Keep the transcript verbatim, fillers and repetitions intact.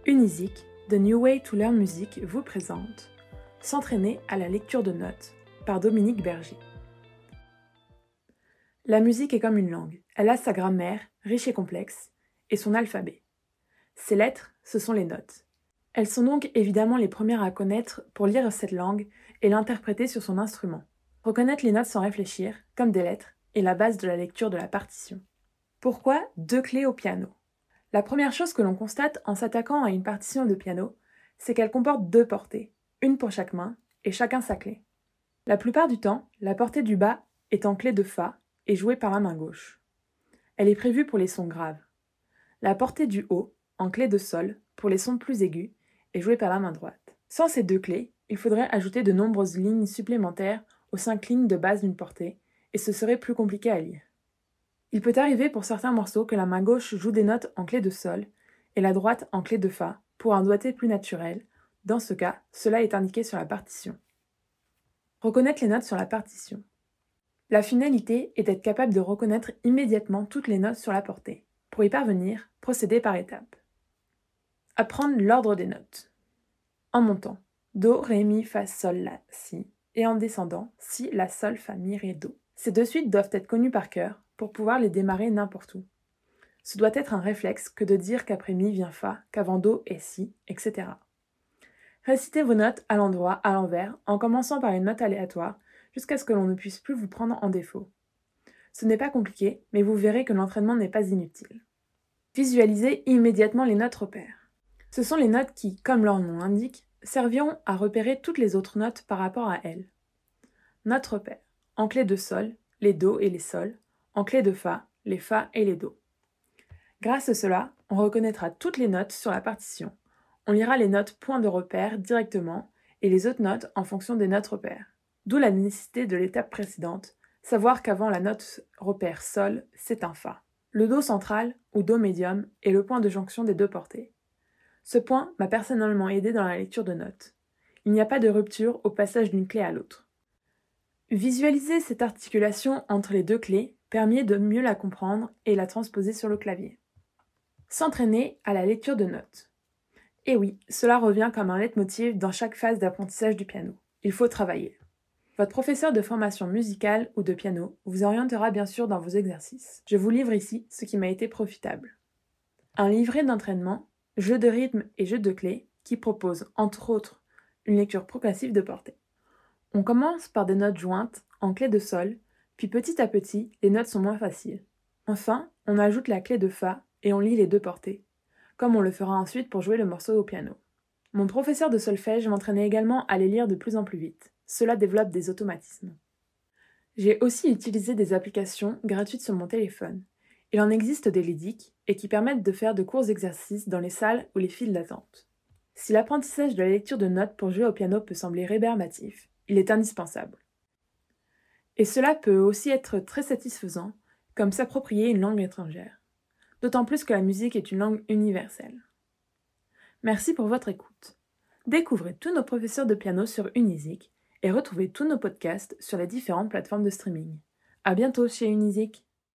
Unizik, The New Way to Learn Music vous présente S'entraîner à la lecture de notes par Dominique Berger. La musique est comme une langue. Elle a sa grammaire, riche et complexe, et son alphabet. Ces lettres, ce sont les notes. Elles sont donc évidemment les premières à connaître pour lire cette langue et l'interpréter sur son instrument. Reconnaître les notes sans réfléchir, comme des lettres, est la base de la lecture de la partition. Pourquoi deux clés au piano ? La première chose que l'on constate en s'attaquant à une partition de piano, c'est qu'elle comporte deux portées, une pour chaque main, et chacun sa clé. La plupart du temps, la portée du bas est en clé de Fa et jouée par la main gauche. Elle est prévue pour les sons graves. La portée du haut, en clé de Sol, pour les sons plus aigus, est jouée par la main droite. Sans ces deux clés, il faudrait ajouter de nombreuses lignes supplémentaires aux cinq lignes de base d'une portée, et ce serait plus compliqué à lire. Il peut arriver pour certains morceaux que la main gauche joue des notes en clé de Sol et la droite en clé de Fa pour un doigté plus naturel. Dans ce cas, cela est indiqué sur la partition. Reconnaître les notes sur la partition. La finalité est d'être capable de reconnaître immédiatement toutes les notes sur la portée. Pour y parvenir, procédez par étapes. Apprendre l'ordre des notes. En montant, Do, Ré, Mi, Fa, Sol, La, Si, et en descendant, Si, La, Sol, Fa, Mi, Ré, Do. Ces deux suites doivent être connues par cœur pour pouvoir les démarrer n'importe où. Ce doit être un réflexe que de dire qu'après Mi vient Fa, qu'avant Do est Si, et cetera. Récitez vos notes à l'endroit, à l'envers, en commençant par une note aléatoire, jusqu'à ce que l'on ne puisse plus vous prendre en défaut. Ce n'est pas compliqué, mais vous verrez que l'entraînement n'est pas inutile. Visualisez immédiatement les notes repères. Ce sont les notes qui, comme leur nom l'indique, serviront à repérer toutes les autres notes par rapport à elles. Notes repères. En clé de Sol, les Do et les Sol. En clé de Fa, les Fa et les Do. Grâce à cela, on reconnaîtra toutes les notes sur la partition. On lira les notes points de repère directement et les autres notes en fonction des notes repères. D'où la nécessité de l'étape précédente, savoir qu'avant la note repère Sol, c'est un Fa. Le Do central, ou Do médium, est le point de jonction des deux portées. Ce point m'a personnellement aidé dans la lecture de notes. Il n'y a pas de rupture au passage d'une clé à l'autre. Visualiser cette articulation entre les deux clés permet de mieux la comprendre et la transposer sur le clavier. S'entraîner à la lecture de notes. Et oui, cela revient comme un leitmotiv dans chaque phase d'apprentissage du piano. Il faut travailler. Votre professeur de formation musicale ou de piano vous orientera bien sûr dans vos exercices. Je vous livre ici ce qui m'a été profitable. Un livret d'entraînement, jeu de rythme et jeu de clés qui propose, entre autres, une lecture progressive de portée. On commence par des notes jointes en clé de Sol, puis petit à petit, les notes sont moins faciles. Enfin, on ajoute la clé de Fa et on lit les deux portées, comme on le fera ensuite pour jouer le morceau au piano. Mon professeur de solfège m'entraînait également à les lire de plus en plus vite. Cela développe des automatismes. J'ai aussi utilisé des applications gratuites sur mon téléphone. Il en existe des ludiques et qui permettent de faire de courts exercices dans les salles ou les files d'attente. Si l'apprentissage de la lecture de notes pour jouer au piano peut sembler rébarbatif, il est indispensable. Et cela peut aussi être très satisfaisant, comme s'approprier une langue étrangère. D'autant plus que la musique est une langue universelle. Merci pour votre écoute. Découvrez tous nos professeurs de piano sur Unizik et retrouvez tous nos podcasts sur les différentes plateformes de streaming. À bientôt chez Unizik.